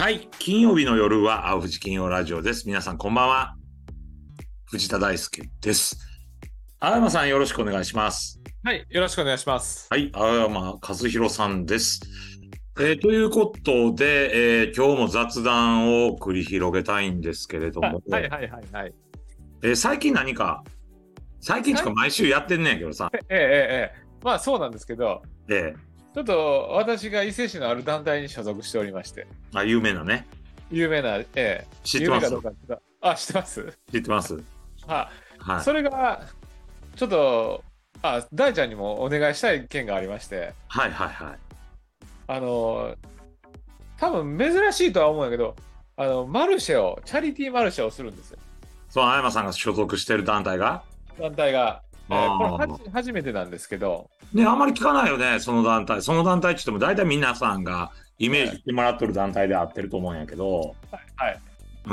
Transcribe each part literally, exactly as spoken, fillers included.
はい、金曜日の夜は青藤金曜ラジオです。皆さんこんばんは。藤田大輔です。青山さんよろしくお願いします。 はい、よろしくお願いします。 はい、青山和弘さんです。えー、ということで、えー、今日も雑談を繰り広げたいんですけれども、 はいはいはいはい。 えー、最近何か、最近しか毎週やってんねんけどさ、 ええええええ、まあそうなんですけど、 えちょっと私が伊勢市のある団体に所属しておりまして、 ー、あ、有名なね。 有名な、ええ、有名か知ってます。 どうかって言ったら、あ、知ってます。 知ってます。 ははい。 それが、ちょっと、あ、大ちゃんにもお願いしたい件がありまして、 はいはいはい。 あの、多分珍しいとは思うんやけど、あの、マルシェを、チャリティーマルシェをするんですよ。 その青山さんが所属してる団体が、 団体が。えーこれはああ。 じ初めてなんですけど、 ね、あんまり聞かないよね、その団体。その団体って言っても、大体皆さんがイメージしえてもらってる団体で合ってると思うんやけど、 ーはい。 うん。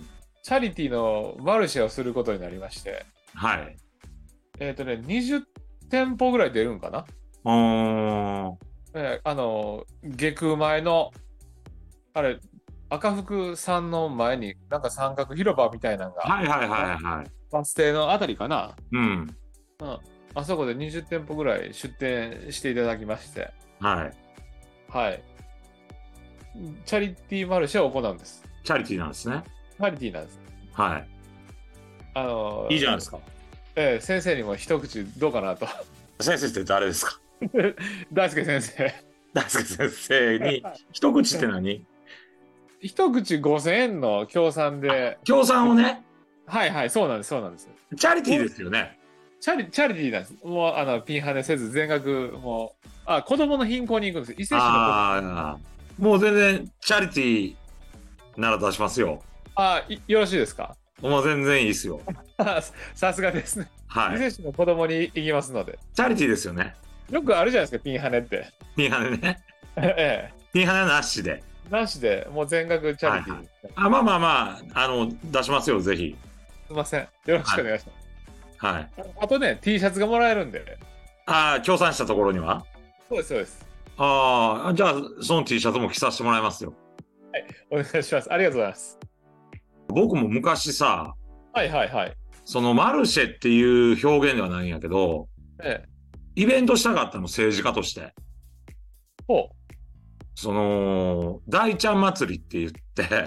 チャリティーのマルシェをすることになりまして、 はい。 えっ、とね、にじゅう店舗ぐらい出るんかな。 うーん。 えーあの、下空前の、あれ、赤福さんの前に、なんか三角広場みたいなのが、 はいはいバはいはい。 バス停のあたりかな。 うん。 うん。あそこでにじゅう店舗ぐらい出店していただきまして、 はい。 はい。チャリティーマルシェを行うんです。 チャリティーなんですね。 チャリティーなんです。 はあい。いいの、 じゃないですか。 えー先生にも一口どうかなと。 先生って誰ですか？ 大輔先生。 大輔先生に、一口って何？ 一口ごせんえんの協賛で、 協賛をね、 はいはい、そうなんです、そうなんです。 チャリティーもうですよね。 チャリ、チャリティーなんです。もう、あの、ピンハネせず、全額、もう、あ、子供の貧困に行くんです。伊勢市の子供。 ああ、もう全然チャリティーなら出しますよ。 あ、いよろしいですか？ もう全然いいですよ。 あさすがですね。伊はい。 勢市の子供に行きますので。 チャリティーですよね。 よくあるじゃないですか、ピンハネって。 ピンハネね。 ええ。 ピンハネなしで。 なしで、もう全額チャはいはい。 リティーに。 あ、まあまあまあ、あの、出しますよ、ぜひ。 すいません。よろしはい。 くお願いします。 はい。 あとね、T シャツがもらえるんで。 ああ、協賛したところにはそうです、そうです。 ああ、じゃあ、その T シャツも着させてもらいますよ。 お願いします。ありがとうございます。 僕も昔さ、 はいはいはい。 そのマルシェっていう表現ではないんやけど、 ええ。 イベントしたかったの、政治家として。 ほう。 その、大ちゃん祭りって言って、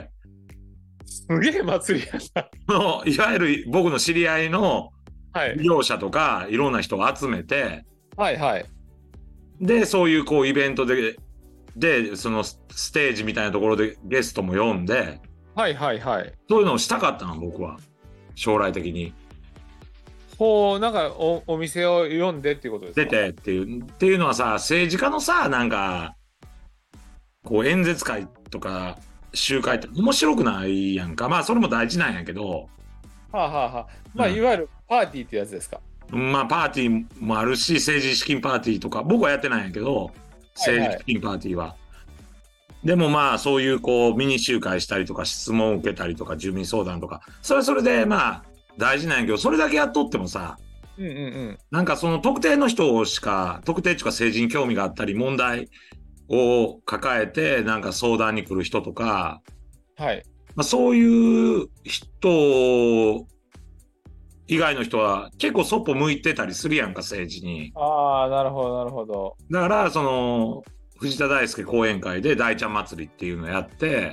すげえ祭りやな。 のいわゆる僕の知り合いのはい。 事業者とかいろんな人を集めて、 はいはい。 で、そういうこうイベントで、で、そのステージみたいなところでゲストも呼んで、 はいはいはい。 そういうのをしたかったの、僕は。将来的に。 ほう、なんかお、お店を読んでっていうことです出か？ てっていう。っていうのはさ、政治家のさ、なんか、こう演説会とか集会って面白くないやんか。まあ、それも大事なんやけど、 はあはあはあ。まあ、いうん。 わゆるパーティーってやつですか？ まあ、パーティーもあるし、政治資金パーティーとか、僕はやってないんやけど、 はいはい。 政治資金パーティーは。でもまあ、そういうこう、ミニ集会したりとか、質問を受けたりとか、住民相談とか、それはそれでまあ、大事なんやけど、それだけやっとってもさ、 うんうんうん。 なんかその特定の人しか、特定っていうか政治に興味があったり、問題を抱えて、なんか相談に来る人とか、 はい。 まあ、そういう人以外の人は結構そっぽ向いてたりするやんか、政治に。 ああ、なるほど、なるほど。 だから、その、藤田大輔講演会で大ちゃん祭りっていうのをやって、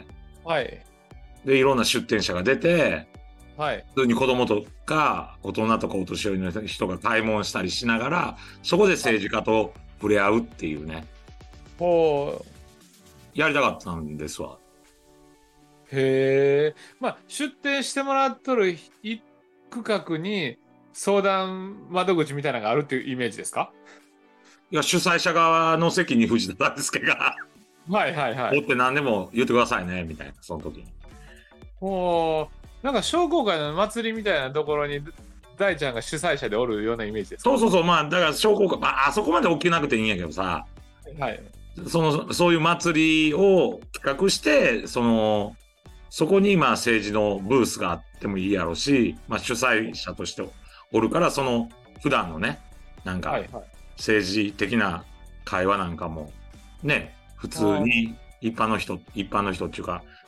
はい。 で、いろんな出店者が出て、 はい。 普通に子供とか、大人とかお年寄りの人が買い物したりしながら、そこであ、 政治家と触れ合うっていうね、 ほう。 やりたかったんですわ。 へえ。まあ、出店してもらっとる一区画に相談窓口みたいなのがあるっていうイメージですか？ いや、主催者側の席に藤田大輔がはいはいはい。 おって何でも言ってくださいね、みたいな、その時に。 ほう。なんか商工会の祭りみたいなところに大ちゃんが主催者でおるようなイメージですか？ そうそうそう、まあ、だから商工会、まあ、あそこまで大きくなくていいんやけどさ、 はい。 その、そういう祭りを企画して、その、そこにまあ政治のブースがあってもいいやろうし、まあ主催者としておるから、その普段のね、なんかはいはい。 政治的な会話なんかもね、普通あーに一般の人、一般の人っていうか、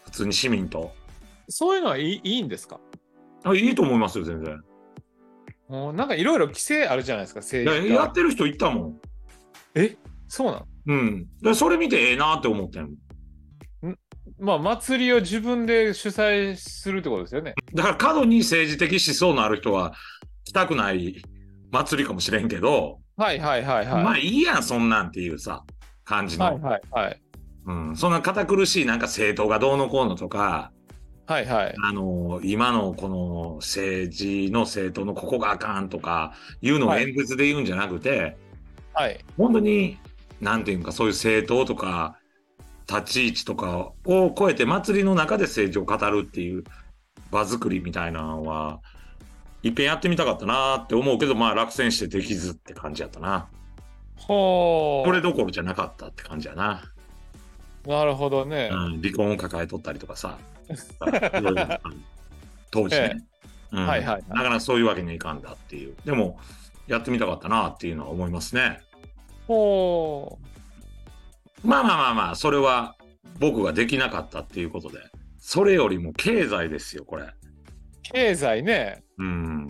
普通に市民と。 そういうのはいい、いいんですか？ あ、いいと思いますよ、全然。 もうなんかいろいろ規制あるじゃないですか、 いや、 政治家。 やってる人いたもん。 え、そうなの？ うん。で、それ見てええなって思ってん。 まあ、祭りを自分で主催するってことですよね。 だから過度に政治的思想のある人は来たくない祭りかもしれんけど、 はいはいはいはい。 まあいいやん、そんなんっていうさ、感じの。 はいはいはい。 うん。そんな堅苦しいなんか政党がどうのこうのとか、 はいはい。 あの、今のこの政治の政党のここがあかんとかいうのをはい演説で言うんじゃなくて、 はい。 本当に、なんていうか、そういう政党とか、立ち位置とかを超えて祭りの中で政治を語るっていう場作りみたいなのは、いっぺんやってみたかったなって思うけど、まあ落選してできずって感じやったな。 ほそれどころじゃなかったって感じやな。 う。なるほどね。 うん、離婚を抱えとったりとかさ。いろいろ当時ね。うん、 はいはいはいなかなかそういうわけにはいかんだっていう。でも、やってみたかったなっていうのは思いますね。 ほう。 まあまあまあまあ、それは僕ができなかったっていうことで。それよりも経済ですよ、これ。 経済ね。 うん。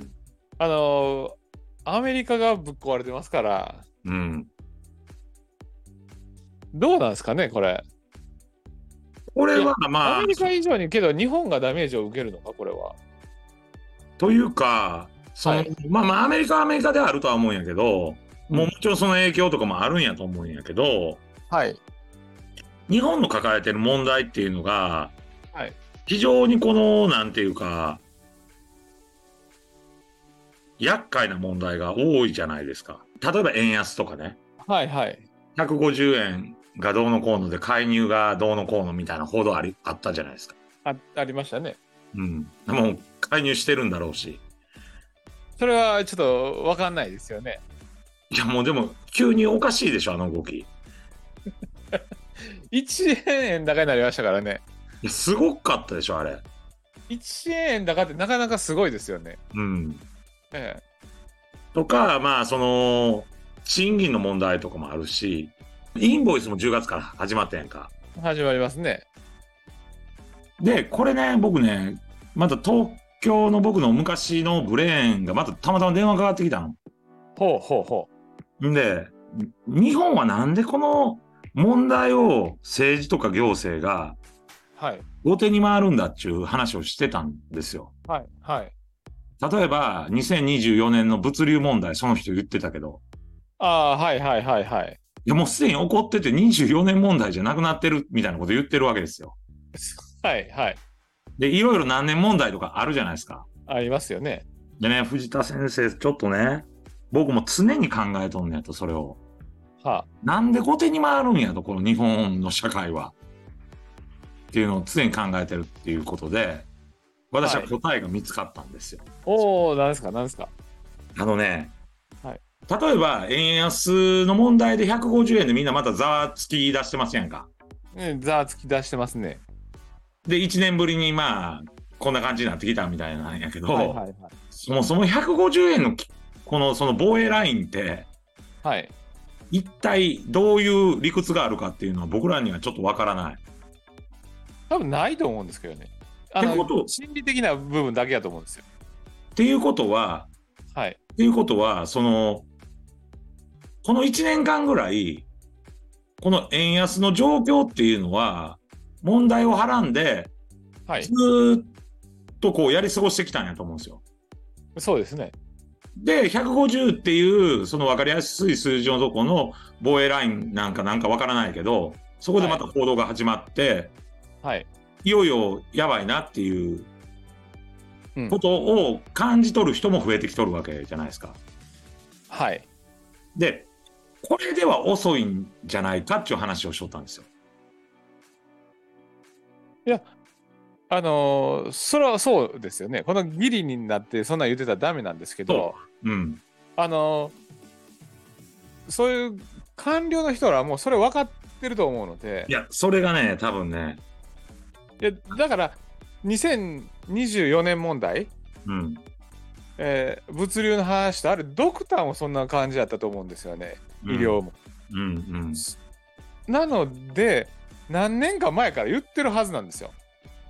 あのアメリカがぶっ壊れてますから、 うん。 どうなんですかね、これ。 これはまあアメ、リカ以上にけど日本がダメージを受けるのか、これは。 というか、その、 はい、 まあまあ、アメリカはアメリカではあるとは思うんやけど、 うんもうもちろんその影響とかもあるんやと思うんやけど、 はい。 日本の抱えてる問題っていうのが、 はい。 非常にこの、なんていうか、厄介な問題が多いじゃないですか。例えば円安とかね。 はいはい。 ひゃくごじゅうえんがどうのこうので介入がどうのこうのみたいな報道ありあったじゃないですか。 あ、ありましたね。 うん。もう介入してるんだろうし。 それはちょっとわかんないですよね。 いやもうでも急におかしいでしょ、あの動き。いいちえん高になりましたからね。 やすごかったでしょ、あれ。 いちえん高ってなかなかすごいですよね。 うん。 えとか、まあその、賃金の問題とかもあるし、インボイスもじゅうがつから始まったやんか。 え、始まりますね。 で、これね、僕ね、また東京の僕の昔のブレーンがまたたまたま電話かかってきたの。 ほうほうほんで、日本はなんでこの問題を政治とか行政がう。はい。 後手に回るんだっていう話をしてたんですよ。 はい。はい。 例えば、にせんにじゅうよねんの物流問題、その人言ってたけど、 ああ、はいはいはいはい。 いやもうすでに起こっててにじゅうよねん問題じゃなくなってるみたいなこと言ってるわけですよ。 はいはい。 で、いろいろ何年問題とかあるじゃないですか。 ありますよね。 でね、藤田先生、ちょっとね、僕も常に考えとんねやと、それを。 はなんで後手に回るんやと、この日本の社会は。っていうのを常に考えてるっていうことで、私は答えが見つかったんですよ。 おお、なんですかなんですか。 あのね、 はい。 例えば円安の問題でひゃくごじゅうえんでみんなまたざわつき出してますやんか。 ね、ざわつき出してますね。 で、いちねんぶりにまあ、こんな感じになってきたみたいなんやけど、 はいはいはい。 そもそもひゃくごじゅうえんのきこのその防衛ラインって、 はい。 一体どういう理屈があるかっていうのは僕らにはちょっとわからない。 多分ないと思うんですけどね。あってことの、心理的な部分だけだと思うんですよ。 っていうことは、 はい。 っていうことは、その、このいちねんかんぐらい、この円安の状況っていうのは、問題をはらんで、 はい。 ずーっとこうやり過ごしてきたんやと思うんですよ。 そうですね。 で、ひゃくごじゅうっていう、その分かりやすい数字のとこの防衛ラインなんかなんか分からないけど、そこでまた報道が始まって、 はい。 いよいよやばいなっていううんことを感じ取る人も増えてきとるわけじゃないですか。 はい。 で、これでは遅いんじゃないかっていう話をしとったんですよ。 あのーそれはそうですよね。このギリになってそんなん言ってたらダメなんですけど、 う。うん。 あのーそういう官僚の人らはもうそれ分かってると思うので、 いや、それがね、多分ね、 いやだからにせんにじゅうよねん問題、 うん。 えー物流の話とあれドクターもそんな感じだったと思うんですよね。医療も。 うんうん。 なので何年か前から言ってるはずなんですよ。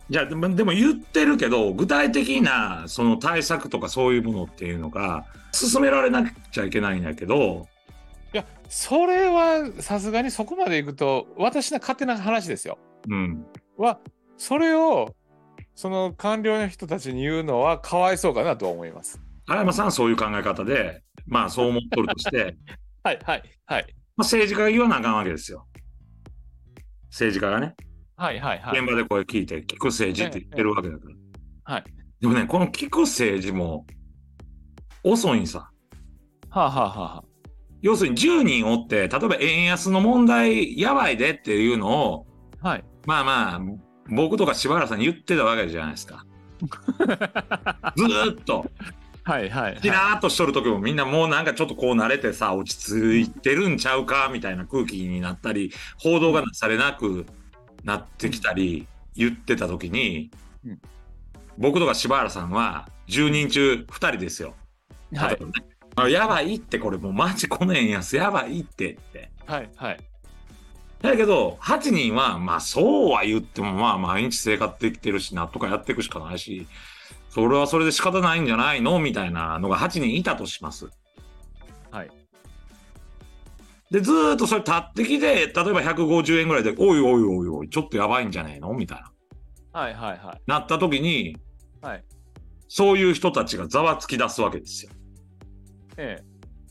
じゃあでも、でも言ってるけど、具体的なその対策とかそういうものっていうのが進められなくちゃいけないんだけど、 いや、それはさすがにそこまでいくと、私の勝手な話ですよ。 うん。 は、それを、その官僚の人たちに言うのはかわいそうかなとは思います。 青山さんはそういう考え方で、まあそう思っとるとして、 はいはいはい。 まあ、政治家が言わなあかんわけですよ。政治家がね。 はいはいはい。 現場で声聞いて聞く政治って言ってええ、ええ、 るわけだから。 はい。 でもね、この聞く政治も遅いんさ。 はあはあはあは要するにじゅうにんおって、例えば円安の問題やばいでっていうのを、 あ。はい。 まあまあ、僕とか柴原さんに言ってたわけじゃないですか。ずーっと。 はいはいちはい。 らーっとしとる時もみんなもうなんかちょっとこう慣れてさ、落ち着いてるんちゃうかみたいな空気になったり、報道がうんなされなくなってきうんたり、言ってた時に、 うん。 僕とか柴原さんはじゅうにん中ふたりですよ。例はいえばね。あやばいって、これもうマジこの円安やばいってって。 はいはい。 だけど、はちにんは、まあそうは言っても、まあ毎日生活できてるし、なんとかやっていくしかないし、それはそれで仕方ないんじゃないのみたいなのがはちにんいたとします。 はい。 で、ずーっとそれ立ってきて、例えばひゃくごじゅうえんぐらいで、おいおいおいおい、ちょっとやばいんじゃねえのみたいな。 はいはいはい。 なった時に、 はい。 そういう人たちがざわつき出すわけですよ。 ええ。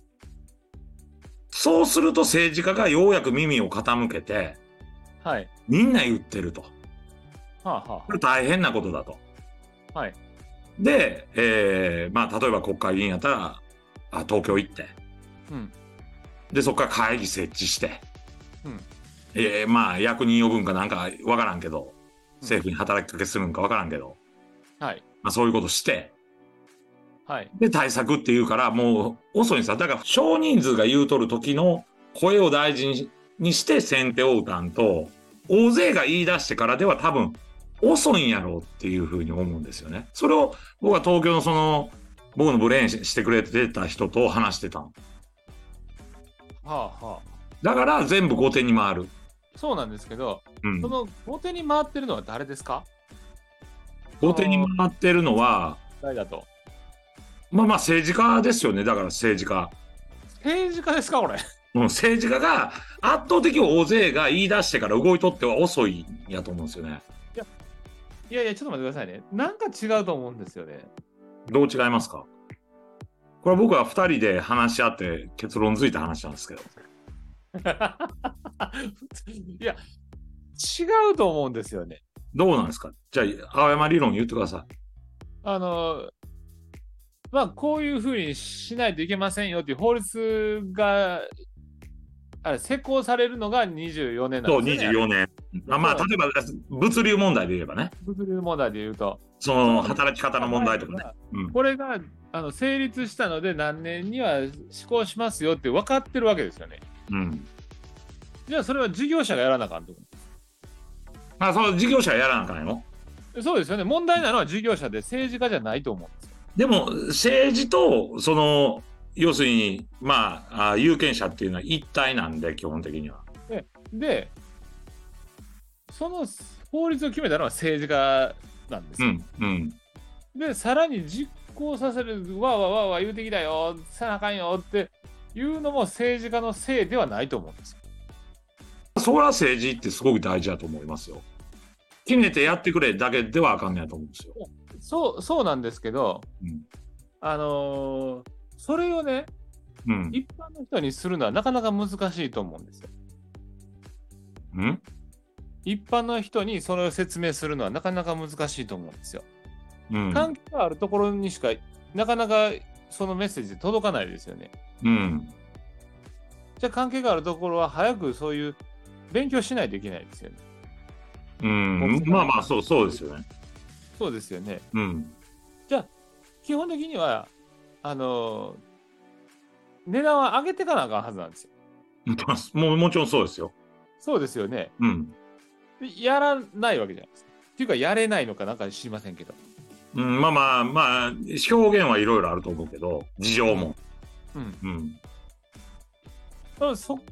そうすると政治家がようやく耳を傾けて、 はい。 みんな言ってると。 はあはこれ大変なことだと。 あ。はい。 で、えー、まあ例えば国会議員やったら、あ東京行って、 うん。 で、そこから会議設置して、 うん。 えー、まあ役人呼ぶんかなんかわからんけど、 うん。 政府に働きかけするんかわからんけど、 はい。 まあそういうことして、 はい。 で、対策っていうから、もう遅いんですよ。だから少人数が言うとる時の声を大事にして先手を打たんと、大勢が言い出してからでは多分遅いんやろうっていうふうに思うんですよね。それを僕は東京のその、僕のブレーンしてくれてた人と話してたの。 はあはあ。 だから全部後手に回る。 そうなんですけど、 うん。 その後手に回ってるのは誰ですか？ 後手に回ってるのは、 誰だと。 まあまあ政治家ですよね。だから政治家。 政治家ですかこれ。 うん、政治家が圧倒的大勢が言い出してから動いとっては遅いんやと思うんですよね。 いやいやいや、ちょっと待ってくださいね。なんか違うと思うんですよね。 どう違いますか？これは僕はふたりで話し合って結論づいた話なんですけど。 いや、違うと思うんですよね。 どうなんですか？じゃあ、青山理論言ってください。 あの、まあ、こういうふうにしないといけませんよっていう法律が、あれ、施行されるのがにじゅうよねんなんそう、 ですよね、あれ。 にじゅうよねん。あまあ、 そうなんです。 例えば、物流問題で言えばね。 物流問題で言うと。 その、 その働き方の問題とかね。 前にはうん。 これがあの成立したので何年には施行しますよって分かってるわけですよね。 うん。 じゃあそれは事業者がやらなあかんと。 まあ、その事業者はやらなあかんよ。 そうですよね。問題なのは事業者で政治家じゃないと思うんですよ。 でも、政治と、その、要するに、まあ、あ有権者っていうのは一体なんで、基本的には。 で、でその法律を決めたのは政治家なんですよ。 うん、うん。 で、さらに実行させる、わーわーわーわー言うてきたよ、せなあかんよっていうのも政治家のせいではないと思うんですよ。 それは政治ってすごく大事だと思いますよ。決めてやってくれだけではあかんねやと思うんですよ。 そう、そうなんですけど、 うん。 あのーそれをね、 うん。 一般の人にするのはなかなか難しいと思うんですよ。 うん。 一般の人にそれを説明するのはなかなか難しいと思うんですよ。 うん。 関係があるところにしかなかなかそのメッセージで届かないですよね。 うん。 じゃあ関係があるところは早くそういう勉強しないといけないですよね。 うん。まあまあ、そう、そうですよね。 そうですよね。 うん。 じゃあ基本的にはあのー値段は上げていかなあかんはずなんですよ。 もう、もちろんそうですよ。 そうですよね。 うん。 でやらないわけじゃないですか。っていうかやれないのかなんか知りませんけど。 うん、まあまあまあ、表現はいろいろあると思うけど、事情も。 うん。 うん。 うん、そこ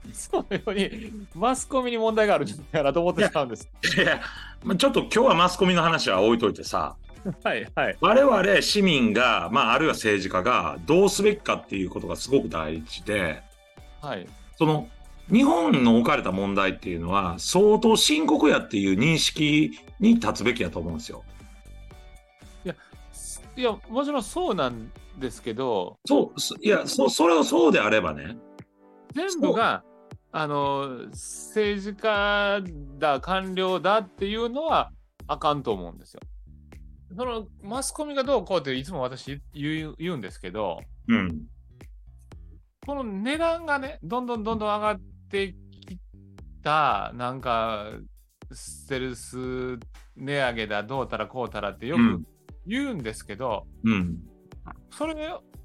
そのようにマスコミに問題があるんじゃないかなと思ってしまうんです。 いや、まあ、ちょっと今日はマスコミの話は置いといてさ、 はいはい。 我々市民が、まあ、あるいは政治家がどうすべきかっていうことがすごく大事で、 はい。 その、日本の置かれた問題っていうのは相当深刻やっていう認識に立つべきやと思うんですよ。 いや、すいや、もちろんそうなんですけど、 そう、すいや、そ、それをそうであればね、そ全部が、あの、政治家だ、官僚だっていうのはあかんと思うんですよ。そのマスコミがどうこうっていつも私言う言うんですけど、 う、うん、 この値段がね、どんどんどんどん上がってきた、なんか、ステルス値上げだ、どうたらこうたらってよくうん、 言うんですけど、 うん。 それって、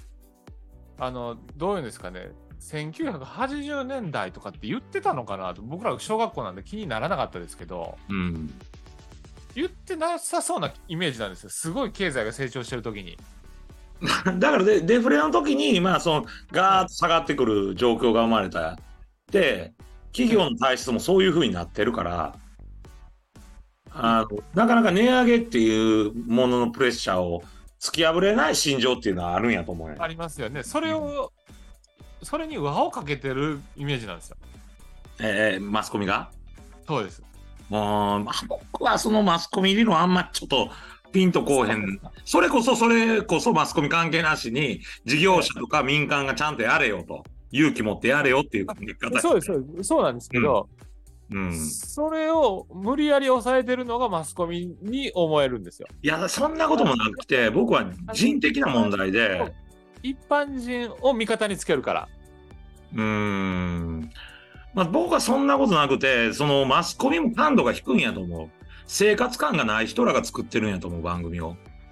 あの、どういうんですかね、せんきゅうひゃくはちじゅうねんだいとかって言ってたのかなと、僕ら小学校なんで気にならなかったですけど、 うん。 言ってなさそうなイメージなんですよ。すごい経済が成長してるときに。 だからデ、デフレの時に、まあ、その、ガーッはい。 と下がってくる状況が生まれた。で、企業はい。 の体質もそういう風になってるから、 うん。 あの、なかなか値上げっていうもののプレッシャーを突き破れない心情っていうのはあるんやと思うね。 ありますよね。そうん、 れを、それに輪をかけてるイメージなんですよ。 えーマスコミがそうです。 もう、まあ、僕はそのマスコミ理論あんまちょっとピンとこうへん。 そうですか。 それこそ、それこそマスコミ関係なしに、事業者えとか民間がちゃんとやれよと。勇気持ってやれよっていう考え方。 え、そうです、そうです。そうなんですうん。 けど、 うん。 それを無理やり抑えてるのがマスコミに思えるんですよ。 いや、そんなことあもなくて、僕はあの人的な問題で、 一般人を味方につけるから。 うーん。まあ、僕はそんなことなくて、そのマスコミも感度が低いんやと思う。生活感がない人らが作ってるんやと思う、番組を。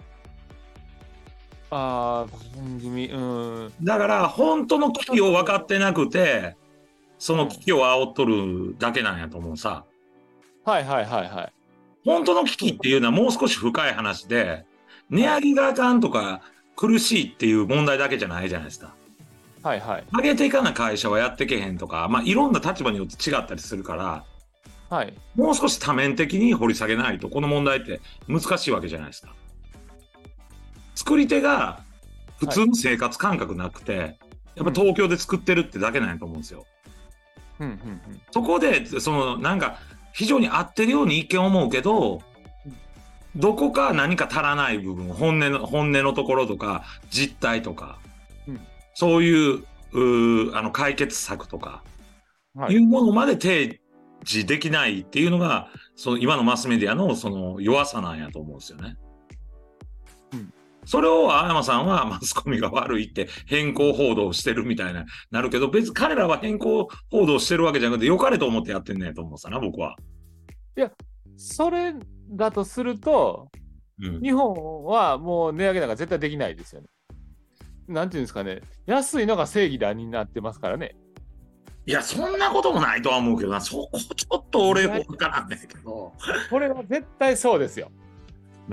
ああ、番組、うん。 だから、本当の危機を分かってなくて、そうん。 の危機を煽っとるだけなんやと思うさ。 はいはいはいはい。 本当の危機そうっていうのはもう少し深い話で、値はい。 上げがあかんとか苦しいっていう問題だけじゃないじゃないですか。 はいはい。 上げていかな会社はやってけへんとか、まあいろんな立場によって違ったりするから、 はい。 もう少し多面的に掘り下げないとこの問題って難しいわけじゃないですか。作り手が普はい。 通の生活感覚なくて、やっぱうん。 東京で作ってるってだけなんやと思うんですよ。 うん、うん、 そこで、そのなんか非常に合ってるように一見思うけど、 うん。 どこか何か足らない部分、本音の、本音のところとか、実態とか、 うん。 そういう、うあの、解決策とか、 はい。 いうものまで提示できないっていうのが、その今のマスメディアのその弱さなんやと思うんですよね。 うん。 それを青山さんはマスコミが悪いって変更報道してるみたいな、なるけど、別に彼らは変更報道してるわけじゃなくて、良かれと思ってやってんねんと思うさな、僕は。 いや、それだとすると、 うん。 日本はもう値上げなんか絶対できないですよね。なんていうんですかね。安いのが正義だになってますからね。 いや、そんなこともないとは思うけどな、そこちょっと俺わいやいや、 からんねんけど。 これは絶対そうですよ。 うん。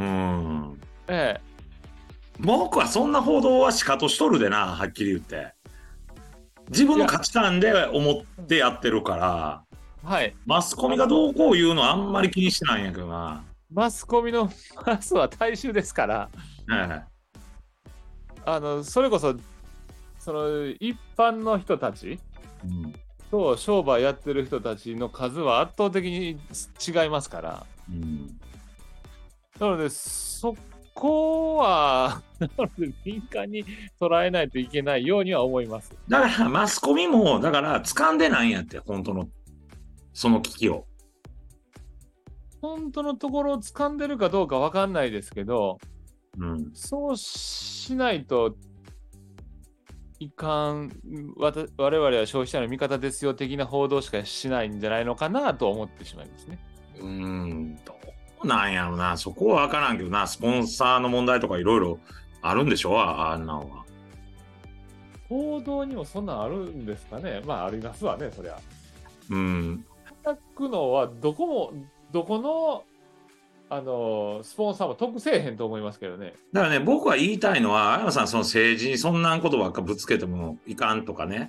ええ。 僕はそんな報道はしかとしとるでな、はっきり言って。自分いや、 の価値観で思ってやってるから、 はい。 マスコミあの、 がどうこう言うのはあんまり気にしてないんやけどな。 マスコミのマスは大衆ですから、 えあの、それこそ、その、一般の人たちえ、うん、 と商売やってる人たちの数は圧倒的に違いますから。 うん。 なので、そこは、なので敏感に捉えないといけないようには思います。 だからマスコミも、だから掴んでないんやって、本当の、その危機を。 本当のところを掴んでるかどうかわかんないですけど、 うん。 そうしないといかん、わた我々は消費者の味方ですよ的な報道しかしないんじゃないのかなと思ってしまいますね。 うーん、どうなんやろな。そこはわからんけどな。スポンサーの問題とかいろいろあるんでしょああんなんは。 報道にもそんなんあるんですかね。まあ、ありますわね、そりゃ。 うん。 叩くのは、どこも、どこの、あの、スポンサーも得せえへんと思いますけどね。 だからね、僕は言いたいのは、あやまさん、その政治にそんなことばっかぶつけてもいかんとかね。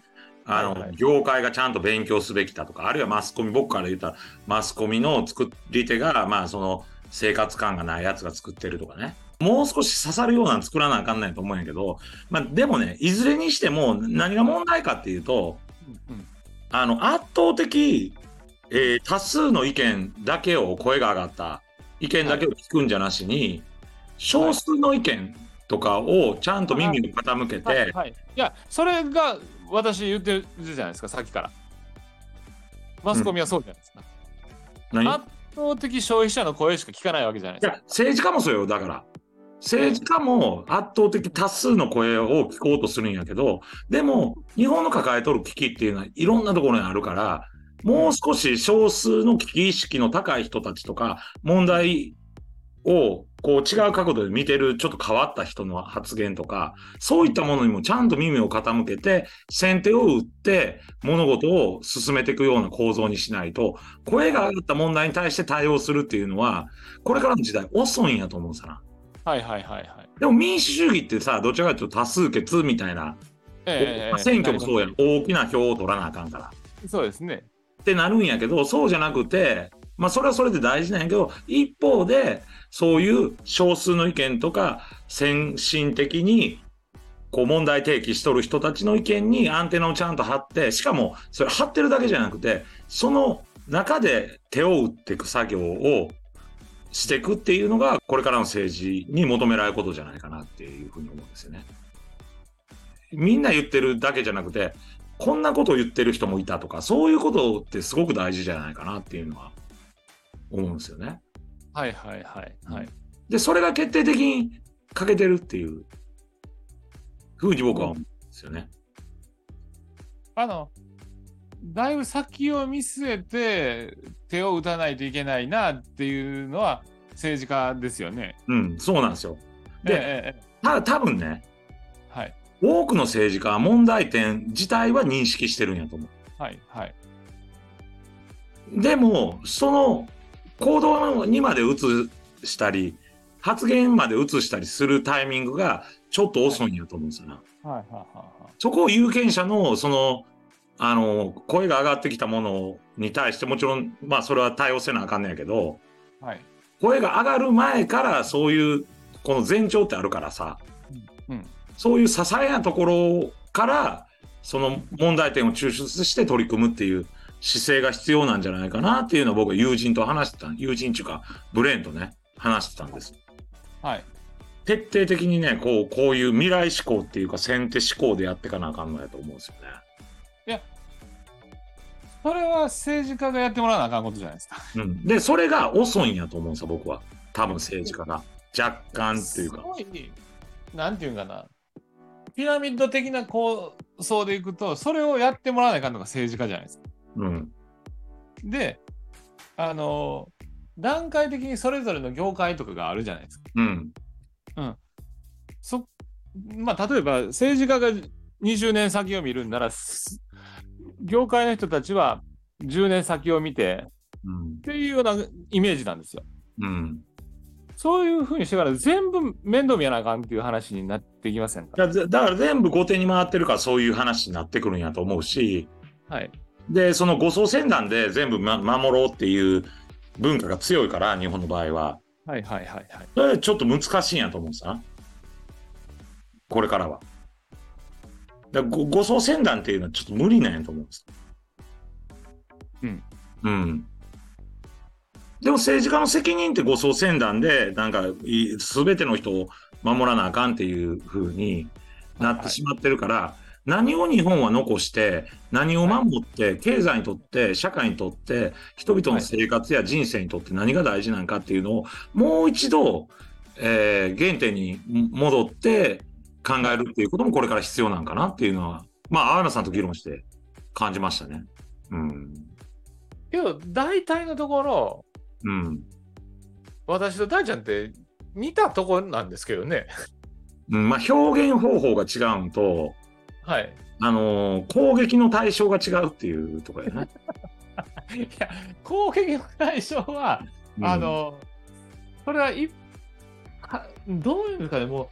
あの、 はいはい、 業界がちゃんと勉強すべきだとか、あるいはマスコミ、僕から言ったら、マスコミの作り手が、まあ、その、生活感がないやつが作ってるとかね。もう少し刺さるようなの作らなあかんないと思うんやけど、まあ、でもね、いずれにしても何が問題かっていうと、 うんうん、 あの、圧倒的、えー多数の意見だけを、声が上がった意見だけを聞くんじゃなしに、少数の意見とかをちゃんと耳を傾けて、 はいはい、いや、それが私言ってるじゃないですか、さっきから。マスコミはそうじゃないですか。 何い圧倒的消費者の声しか聞かないわけじゃないですか。 や、政治家もそうよ、だから。政治家も圧倒的多数の声を聞こうとするんやけど、でも、日本の抱えとる危機っていうのはいろんなところにあるから、もう少し少数の危機意識の高い人たちとか、問題をこう違う角度で見てるちょっと変わった人の発言とか、そういったものにもちゃんと耳を傾けて、先手を打って物事を進めていくような構造にしないと、声が上がった問題に対して対応するっていうのは、これからの時代遅いんやと思うさな。 はいはいはいはい。 でも民主主義ってさ、どちらかというと多数決みたいな、 ええ、 選挙もそうやん。 大きな票を取らなあかんから。 そうですね。 ってなるんやけど、そうじゃなくて、まあそれはそれで大事なんやけど、一方で、そういう少数の意見とか、先進的に、こう問題提起しとる人たちの意見にアンテナをちゃんと張って、しかも、それ張ってるだけじゃなくて、その中で手を打っていく作業をしていくっていうのが、これからの政治に求められることじゃないかなっていうふうに思うんですよね。みんな言ってるだけじゃなくて、こんなことを言ってる人もいたとか、そういうことってすごく大事じゃないかなっていうのは思うんですよね。 はいはいはいはい。 で、それが決定的に欠けてるっていうふうに僕は思うんですよね。 あの、だいぶ先を見据えて手を打たないといけないなっていうのは政治家ですよね。 うん、そうなんですよ。で、 ええええ、 た多分ね、 はい。 多くの政治家は問題点自体は認識してるんやと思はいはい。 う。でも、その行動にまで移したり、発言まで移したりするタイミングがちょっと遅いんやと思うんですよね。 はいはいはいはい。 そこを有権者の、その、あの、声が上がってきたものに対して、もちろん、まあ、それは対応せなあかんねやけど、 はい。 声が上がる前から、そういう、この前兆ってあるからさ、 うん。 そういう些細なところから、その問題点を抽出して取り組むっていう姿勢が必要なんじゃないかなっていうのを僕は友人と話してた、友人っていうか、ブレーンとね、話してたんです。 はい。 徹底的にね、こう、こういう未来志向っていうか、先手志向でやっていかなあかんのやと思うんですよね。 いや、それは政治家がやってもらわなあかんことじゃないですか。 うん。で、それが遅いんやと思うんですよ、僕は。多分政治家が。若干っていうか。 すごい、なんていうんかな。ピラミッド的な構想でいくと、それをやってもらわないかんのが政治家じゃないですか。 うん。 で、あの、段階的にそれぞれの業界とかがあるじゃないですか。 うん。 うん。そ、まあ、例えば政治家がにじゅうねん先を見るんなら、す業界の人たちはじゅうねん先を見てうんっていうようなイメージなんですよ。 うん。 そういうふうにしてから全部面倒見やなあかんっていう話になってきませんか。 だだから全部後手に回ってるからそういう話になってくるんやと思うし、 はい。 で、その護送船団で全部、ま、守ろうっていう文化が強いから、日本の場合は。 はいはいはいはい。 それちょっと難しいんやと思うんさ。これからは。だご護送船団っていうのはちょっと無理なんやと思うんです。 うん。 うん。でも政治家の責任って護送船団で、なんか、すべての人を守らなあかんっていう風になってしまってるから、はいはい、何を日本は残して、何を守って、はい、経済にとって、社会にとって、人々の生活や人生にとって何が大事なのかっていうのを、もう一度、えー、原点に戻って考えるっていうこともこれから必要なんかなっていうのは、まあ、青山さんと議論して感じましたね。うん。 けど、大体のところ、 うん、 私と大ちゃんって似たとこなんですけどね。 うん、まあ表現方法が違うのと、 はい。 あのー、攻撃の対象が違うっていうところやね。 いや、攻撃の対象は、うん、あの、これはい、どういうんですかね、もう、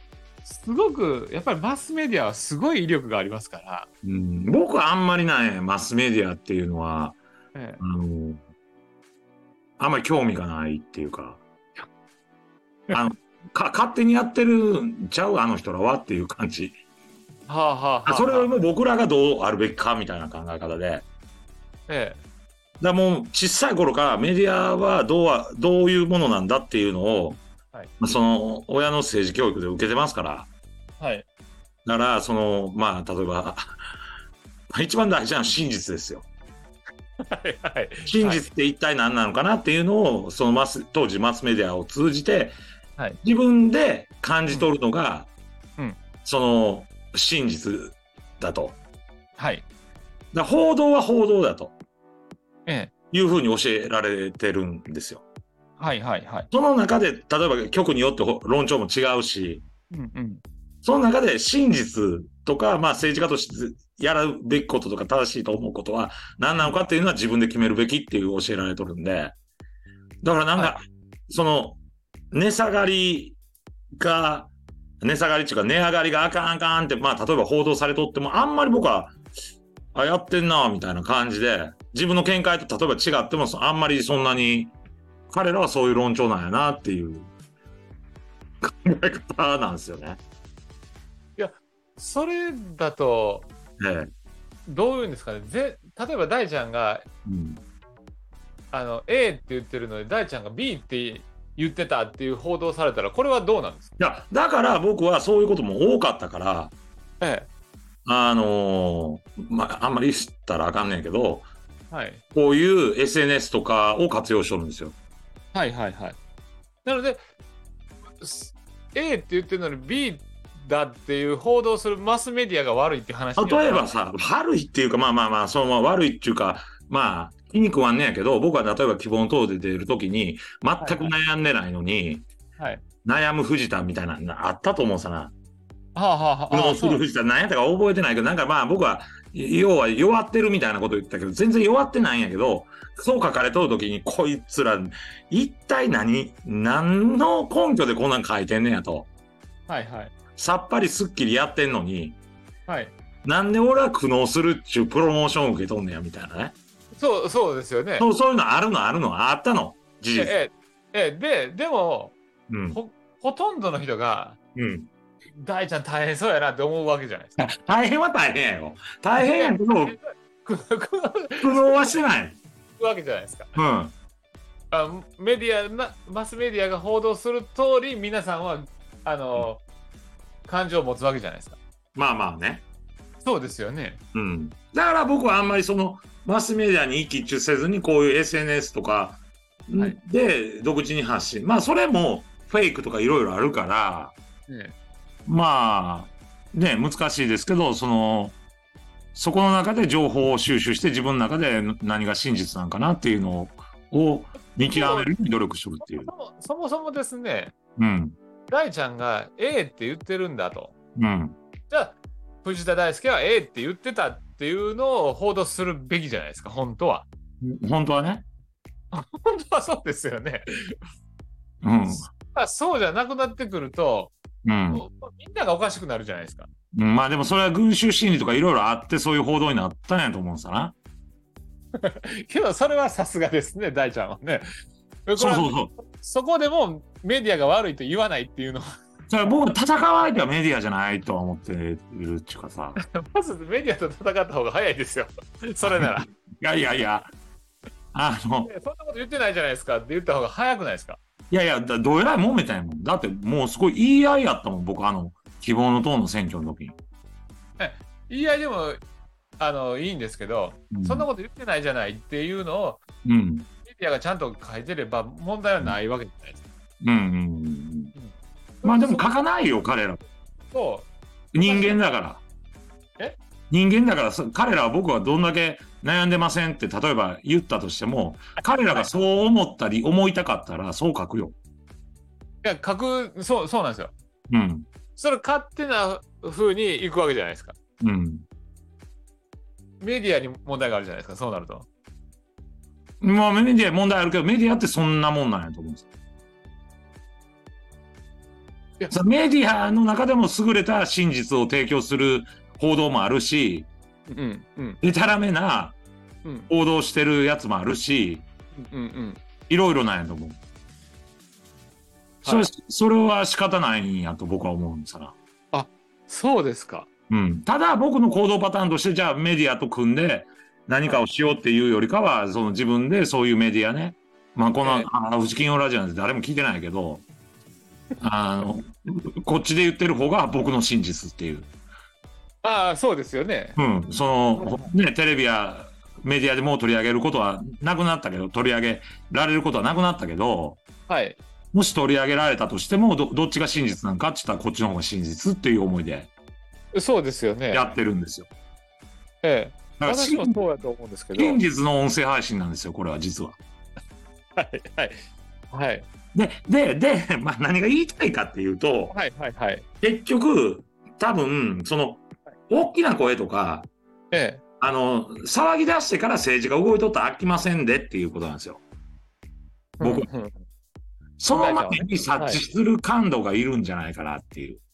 すごくやっぱりマスメディアはすごい威力がありますから、 うん、僕はあんまりね、マスメディアっていうのは、 ええ、 あの、あんまり興味がないっていうか、あの、か、勝手にやってるんちゃうあの人らはっていう感じ。 はあはあはあ、 それよりはあ、 も僕らがどうあるべきかみたいな考え方で。だかえらもう小さい頃からメディアはどうは、どういうものなんだっていうのを、 え、はい、 その親の政治教育で受けてますから。 はい、 だから、その、まあ、例えば、一番大事なのは真実ですよ。 はいはい真実って一体何なのかなっていうのを、そのマス、当時マスメディアを通じて、 はい、 自分で感じ取るのが、 うんうん、 その、真実だと。 はい、 だから報道は報道だとええ、 いうふうに教えられてるんですよ。 はいはいはい、 その中で、例えば局によって論調も違うし、 うんうん、 その中で真実とか、まあ政治家としてやるべきこととか正しいと思うことは何なのかっていうのは自分で決めるべきっていう教えられとるんで、だからなんはい、 か、その、値下がりが、値下がりっていうか値上がりがあかんあかんって、まあ例えば報道されとっても、あんまり僕は、あ、やってんなみたいな感じで、自分の見解と例えば違っても、あんまりそんなに、彼らはそういう論調なんやなっていう考え方なんですよね。 いや、それだと、 ええ。 どういうんですかね、ぜ例えば大ちゃんがうん。 あの A って言ってるので大ちゃんが B って言ってたっていう報道されたらこれはどうなんですか？ いや、だから僕はそういうことも多かったから、 えあのーまあ、あんまり知ったらあかんねんけど、 え、はい、 こういう エスエヌエス とかを活用しとるんですよ。 はいはいはい。なので A って言ってるのに B だっていう報道するマスメディアが悪いって話にはならない。 例えばさ、悪いっていうか、まあまあまあ、そのまあ悪いっていうか、まあ、気に食わんねやけど、僕は例えば希望の党で出るときに、全くはいはい悩んでないのに、 はい。 悩む藤田みたいなのあったと思うさな。 はあはあはあ、ああ、 苦悩すそうなんです。 る藤田、何やったか覚えてないけど、なんかまあ僕は、要は弱ってるみたいなこと言ったけど、全然弱ってないんやけど、そう書かれとるときに、こいつら、一体何、何の根拠でこんなん書いてんねやと。 はいはいさっぱりすっきりやってんのに、 はい。 なんで俺は苦悩するっちゅうプロモーションを受けとんねや、みたいなね。 そうそうですよね。 そう、そういうのあるのあるのあったの。事実。 ええええででもうん。 ほほとんどの人がうん。 大ちゃん大変そうやなって思うわけじゃないですか。 大変は大変やよ。大変やけど、 大変そうく苦悩はしてない。 くわけじゃないですか。 うん。 あメディアなマスメディアが報道する通り皆さんはあの感情を持つわけじゃないですか。 まあまあね。 そうですよね。 うん。だから僕はあんまりその、マスメディアに一喜一憂せずに、こういう エスエヌエス とかはいで独自に発信。まあそれもフェイクとかいろいろあるから、 ね、 まあ、ね、難しいですけど、その、そこの中で情報を収集して自分の中で何が真実なんかなっていうのを見極めるように努力するっていう。 そもそもそもですね、 うん。 大ちゃんが A って言ってるんだと。 うん。 じゃあ藤田大輔は A って言ってたっていうのを報道するべきじゃないですか、本当は。 本当はね。 本当はそうですよね。 うん。 まあ、そうじゃなくなってくると、 うん。 みんながおかしくなるじゃないですか。 うん、まあでもそれは群衆心理とかいろいろあってそういう報道になったんやと思うんさな。 けど、それはさすがですね、大ちゃんはね。これはそうそうそう。 そこでもメディアが悪いと言わないっていうのは、 それは僕戦う相手はメディアじゃないとは思っているっていうかさ。 まずメディアと戦った方が早いですよ。それなら。 いやいやいや、あの、 そんなこと言ってないじゃないですかって言った方が早くないですか。 いやいや、だどえらい揉めたんやもん。だってもうすごい言い合いやったもん、僕あの、希望の党の選挙の時に。 言い合いでもあのいいんですけど、 うん、 そんなこと言ってないじゃないっていうのを、 うん。 メディアがちゃんと書いてれば問題はないわけじゃないですか。 うんうんうん。まあでも書かないよ、彼ら。 そう。人間だから。 え人間だから、彼らは僕はどんだけ悩んでませんって例えば言ったとしても、彼らがそう思ったり思いたかったらそう書くよ。 いや、書く、そう、そうなんですよ。 うん。 それ勝手な風に行くわけじゃないですか。 うん。 メディアに問題があるじゃないですか、そうなると。 まあメディア問題あるけど、メディアってそんなもんなんやと思うんですよ。 やさメディアの中でも優れた真実を提供する報道もあるし、 うんうんでたらめなうん報道してるやつもあるし、 うんうんいろいろなんやと思う。それ、 はいそれは仕方ないんやと僕は思うんですから。 あ、そうですか。 うん。ただ僕の行動パターンとして、じゃあメディアと組んで何かをしようっていうよりかは、その自分でそういうメディアね、まあこの、 ええあ藤金曜ラジオなんて誰も聞いてないけど、あの、こっちで言ってる方が僕の真実っていう。 ああ、そうですよね。 うん。その、ね、テレビやメディアでもう取り上げることはなくなったけど、取り上げられることはなくなったけど、 はい。 もし取り上げられたとしても、ど、どっちが真実なんかって言ったらこっちの方が真実っていう思いでそうですよね。 やってるんですよ。 ええ。 だから私も真そうやと思うんですけど。 真実の音声配信なんですよ、これは実は。 はいはいはいで、で、で、まあ何が言いたいかっていうと、 はいはいはい。 結局、多分、その、大きな声とか、 ええ。 あの、騒ぎ出してから政治が動いとったら飽きませんでっていうことなんですよ。僕、 うんうんその前に察知する感度がいるんじゃないかなっていう。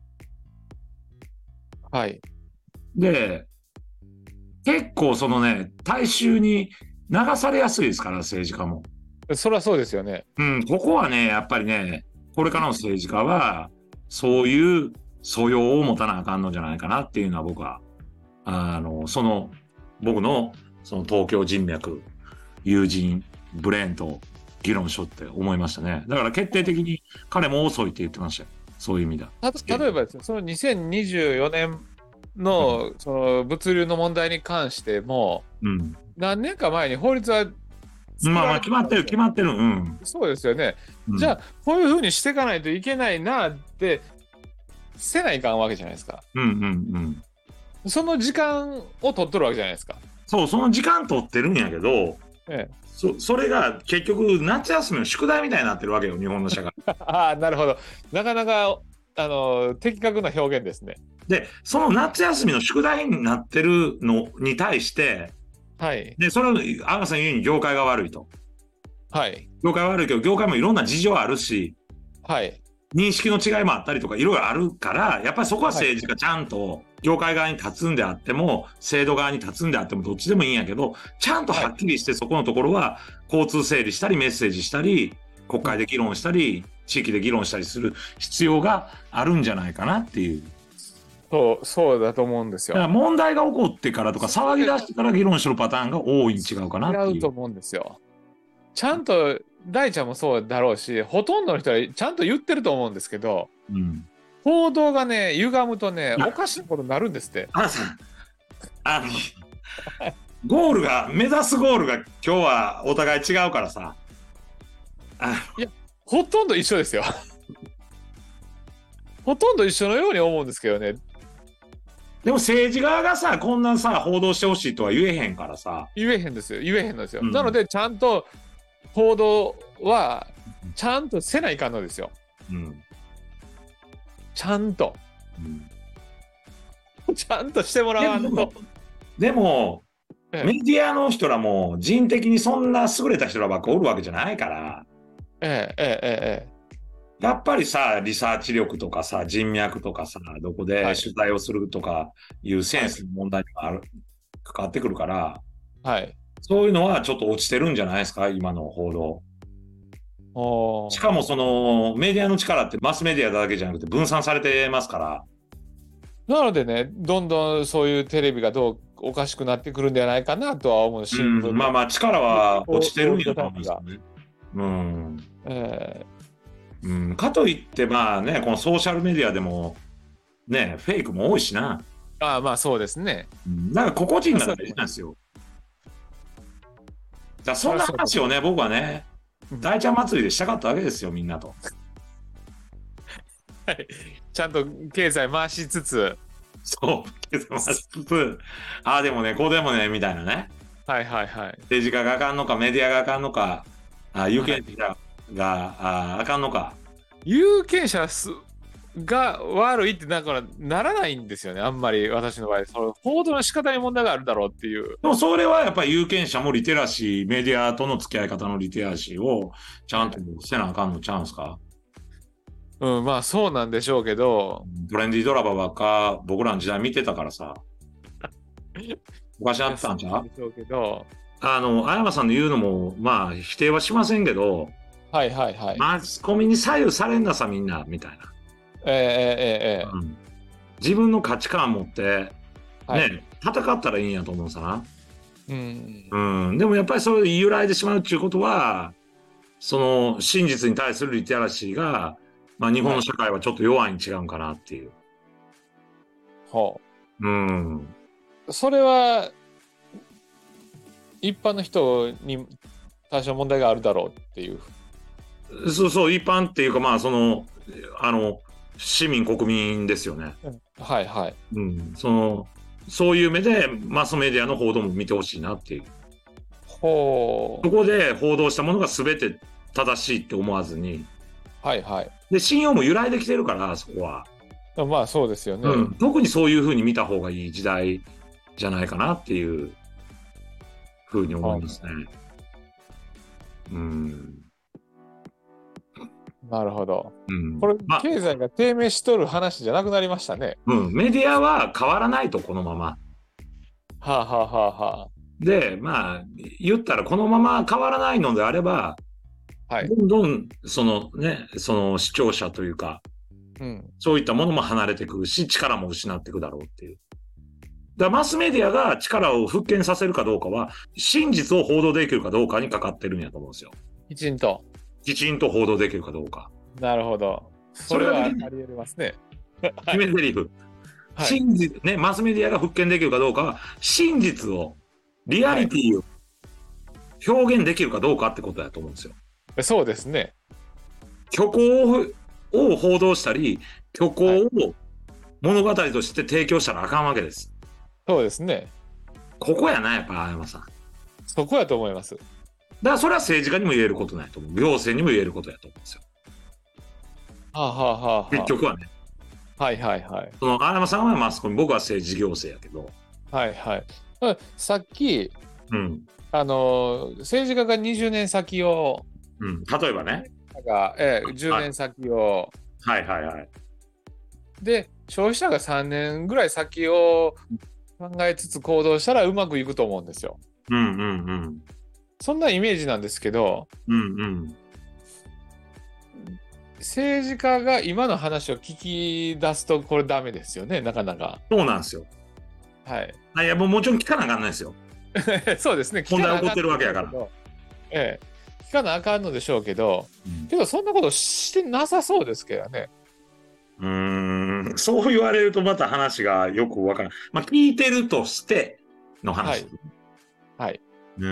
はい。 で、結構そのね、大衆に流されやすいですから、政治家も。 そりゃそうですよね。 うん、ここはね、やっぱりね、これからの政治家は、そういう素養を持たなあかんのじゃないかなっていうのは僕は、あの、その、僕の、その東京人脈、友人、ブレーンと議論しようって思いましたね。だから決定的に彼も遅いって言ってましたよ。そういう意味だ。 た例えばですね、そのにせんにじゅうよねんのその物流の問題に関しても、 うん。 何年か前に法律は作まあまあられ決まってる、決まってる。うん。 そうですよね。 うん、 じゃあ、こういうふうにしていかないといけないなって、せないかんわけじゃないですか。 うんうんうん。 その時間を取っとるわけじゃないですか。 そう、その時間取ってるんやけど、 ええ、 そそれが結局夏休みの宿題みたいになってるわけよ、日本の社会。 ああ、なるほど。なかなか、あの、的確な表現ですね。 で、その夏休みの宿題になってるのに対して、 はい。 で、それを、阿川さん言うように業界が悪いと。 はい。 業界は悪いけど、業界もいろんな事情あるし、 はい。 認識の違いもあったりとかいろいろあるから、やっぱりそこは政治がちゃんと業界側に立つんであっても、制度側に立つんであってもどっちでもいいんやけど、ちゃんとはっきりしてそこのところは交通整理したりメッセージしたり、国会で議論したり、地域で議論したりする必要があるんじゃないかなっていう。 そう、そうだと思うんですよ。 だから問題が起こってからとか騒ぎ出してから議論するパターンが多いに違うかなっていう。 違うと思うんですよ。ちゃんと、大ちゃんもそうだろうし、ほとんどの人はちゃんと言ってると思うんですけど、 うん、 報道がね、歪むとね、おかしなことになるんですって。 あさん、あの、ゴールが、目指すゴールが今日はお互い違うからさ。あいや、ほとんど一緒ですよ。ほとんど一緒のように思うんですけどね。 でも政治側がさ、こんなさ、報道してほしいとは言えへんからさ。 言えへんですよ。言えへんのですよ。 うんなので、ちゃんと報道は、ちゃんとせないかんのですよ。 うん。 ちゃんと。 うん、 ちゃんとしてもらわんと。 でも、でもええ、 メディアの人らも人的にそんな優れた人らばっかおるわけじゃないから、 ええ、ええ、ええ。 やっぱりさ、リサーチ力とかさ、人脈とかさ、どこで取材をするとかいうセンスの問題がある、関わってくるから、 はい。 そういうのはちょっと落ちてるんじゃないですか、今の報道。 おーしかもそのメディアの力ってマスメディアだけじゃなくて分散されてますから。 なのでね、どんどんそういうテレビがどうおかしくなってくるんじゃないかなとは思う、新聞、 うん、まあまあ力は落ちてるんやと思うんですよね。うん。 えうん、かといってまあね、このソーシャルメディアでもね、フェイクも多いしな。 ー、ああ、まあそうですね。 うん、だから個々人が大事なんですよ。だからそんな話をね、僕はね、大ちゃん祭りでしたかったわけですよ、みんなと。 はい。ちゃんと経済回しつつ、 そう、経済回しつつ、ああでもね、こうでもね、みたいなね。 はいはいはい。 政治家があかんのか、メディアがあかんのか、あ有権者が、ああかんのか。 有権者すが悪いってだからならないんですよね、あんまり私の場合。その報道の仕方に問題があるだろうっていう。 でもそれはやっぱり有権者もリテラシー、メディアとの付き合い方のリテラシーをちゃんとせなあかんのちゃうんすか。 うん、まあそうなんでしょうけど、 トレンディードラマばっか僕らの時代見てたからさ、おかしないや、そったんちゃう？ うなんでしょうけど、 あの、あやまさんの言うのも、まあ、否定はしませんけど、 はいはいはい。 マスコミに左右されんなさ、みんな、みたいな。 ええええええうん、自分の価値観持って、 はい。 ね、戦ったらいいんやと思うさな。 うん。 うん。でもやっぱりそれ揺らいでしまうっていうことは、その真実に対するリテラシーが、まあ日本はい。 の社会はちょっと弱いに違うんかなっていう。 ほうん。 う。それは、一般の人に多少問題があるだろうっていう。 そうそう、一般っていうかまあその、あの、市民国民ですよね。 うんはいはい。 うん。その、そういう目でマスメディアの報道も見てほしいなっていう。 ほそこで報道したものが全て正しいって思わずに、 う。はいはい。 で、信用も揺らいできてるから、そこは。 まあそうですよね。 うん。特にそういうふうに見た方がいい時代じゃないかなっていうふうに思いますね。うん。 なるほど。 うん。 これ、 まあ、 経済が低迷しとる話じゃなくなりましたね。 うん。メディアは変わらないと、このまま。 はあはあはあはで、まあ、言ったらこのまま変わらないのであれば、 あ。はい。 どんどん、そのね、その視聴者というか、 うん。 そういったものも離れてくるし、力も失っていくだろうっていう。だからマスメディアが力を復権させるかどうかは、真実を報道できるかどうかにかかってるんやと思うんですよ。 きちんと。 きちんと報道できるかどうか。 なるほど。それはあり得ますね。は決めい。 台詞。 はい。 真実、ね、マスメディアが復権できるかどうかは、真実を、リアはい。 リティを表現できるかどうかってことだと思うんですよ。 そうですね。 虚構を報道したり、虚はい。 構を物語として提供したらあかんわけです。 そうですね。 ここやな、やっぱ、青山さん。だかそこやと思います。 らそれは政治家にも言えることないと思う。行政にも言えることやと思うんですよ。 はあはあはあは結局はね。 あ。はいはいはい。 その、青山さんはマスコミ、僕は政治行政やけど。 はいはい。うんさっき、 うん。 あの、政治家がにじゅうねん先を、 うん。例えばね。 なんか、ええ、10 はい。 年先を、 はいはいはい。 で、消費者がさんねんぐらい先を考えつつ行動したらうまくいくと思うんですよ。 うんうんうん。 そんなイメージなんですけど、 うんうん。 政治家が今の話を聞き出すとこれダメですよね、なかなか。 そうなんですよ。 はい。 いや、もうもちろん聞かなあかんないですよ。 そうですね、聞問かな題起こってるあかんのでわけやから。 しょうけど、ええ、聞かなあかんのでしょうけど、 うん、 けどそんなことしてなさそうですけどね。 うーん、そう言われるとまた話がよくわからない。まあ、聞いてるとしての話。 はい。はい。 うん、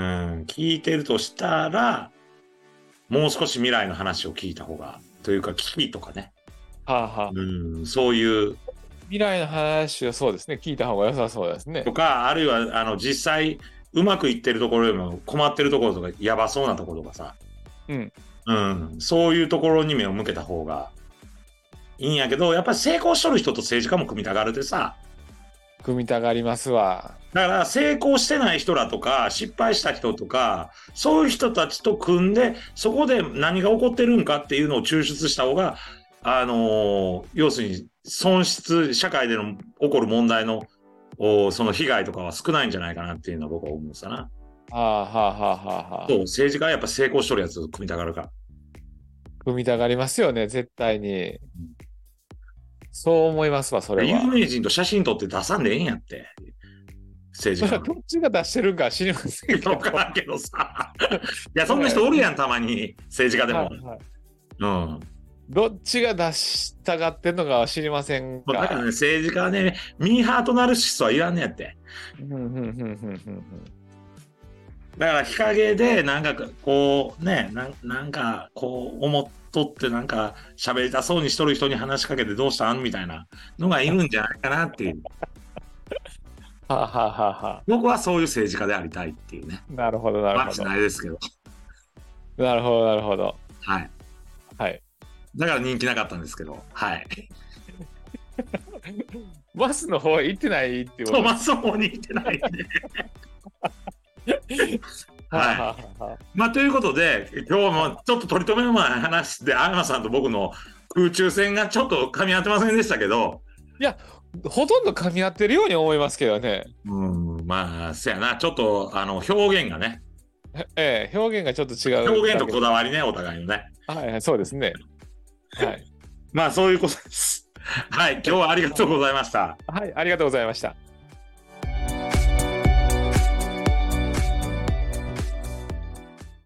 聞いてるとしたら、もう少し未来の話を聞いた方が、というか、危機とかね。 はあはあ。 うん、そういう、 未来の話をそうですね、聞いた方が良さそうですね。 とか、あるいは、あの、実際、うまくいってるところよりも困ってるところとか、やばそうなところとかさ、 うん。 うん、そういうところに目を向けた方がいいんやけど、やっぱり成功しとる人と政治家も組みたがるでさ、 組みたがりますわ。 だから成功してない人らとか、失敗した人とか、そういう人たちと組んで、そこで何が起こってるんかっていうのを抽出した方が、あのー要するに損失、社会での起こる問題の、その被害とかは少ないんじゃないかなっていうのは僕は思うんさな。 はあはあはあはあはそう、 あ。 政治家はやっぱ成功しとるやつを組みたがるから。 組みたがりますよね、絶対に。そう思いますわ、それ有は。 名人と写真撮って出さんでええんやって。政治家の。 それはどっちが出してるんか知りませんけわど。 からんけどさ。いや、そんなはい人おるやん、たまに。政治家でも。 はいはい。 うん。 どっちが出したがってんのかは知りませんもうだからね、 が。 政治家はね、ミーハートナルシストは言わんねやって。 うんうんうんうんうんだから日陰で、なんかこう、ね、なんなんかこう、思っとってなんか喋りたそうにしとる人に話しかけてどうしたんみたいなのがいるんじゃないかなっていう。 はあはあはあはあ。 僕はそういう政治家でありたいっていうね。 なるほどなるまあしほど。 ないですけど。 なるほどなるほど。 はい。 はい。 だから人気なかったんですけど。はい。 バスの方へ行ってないっていうこトマとです。 ス方に行ってないんで。 はあ、 はい。 はあはあ、 まあ、ということで、今日もちょっと取り留めのない話で、青山さんと僕の空中戦がちょっと噛み合ってませんでしたけど、 いや、ほとんど噛み合ってるように思いますけどね。 うん、まあ、せやな、ちょっと、あの、表現がね、 ええ、表現がちょっと違う。 表現とこだわりね、お互いのね。 はいはい、そうですね。はい。 まあ、そういうことです。はい、今日はありがとうございました。 はい、ありがとうございました。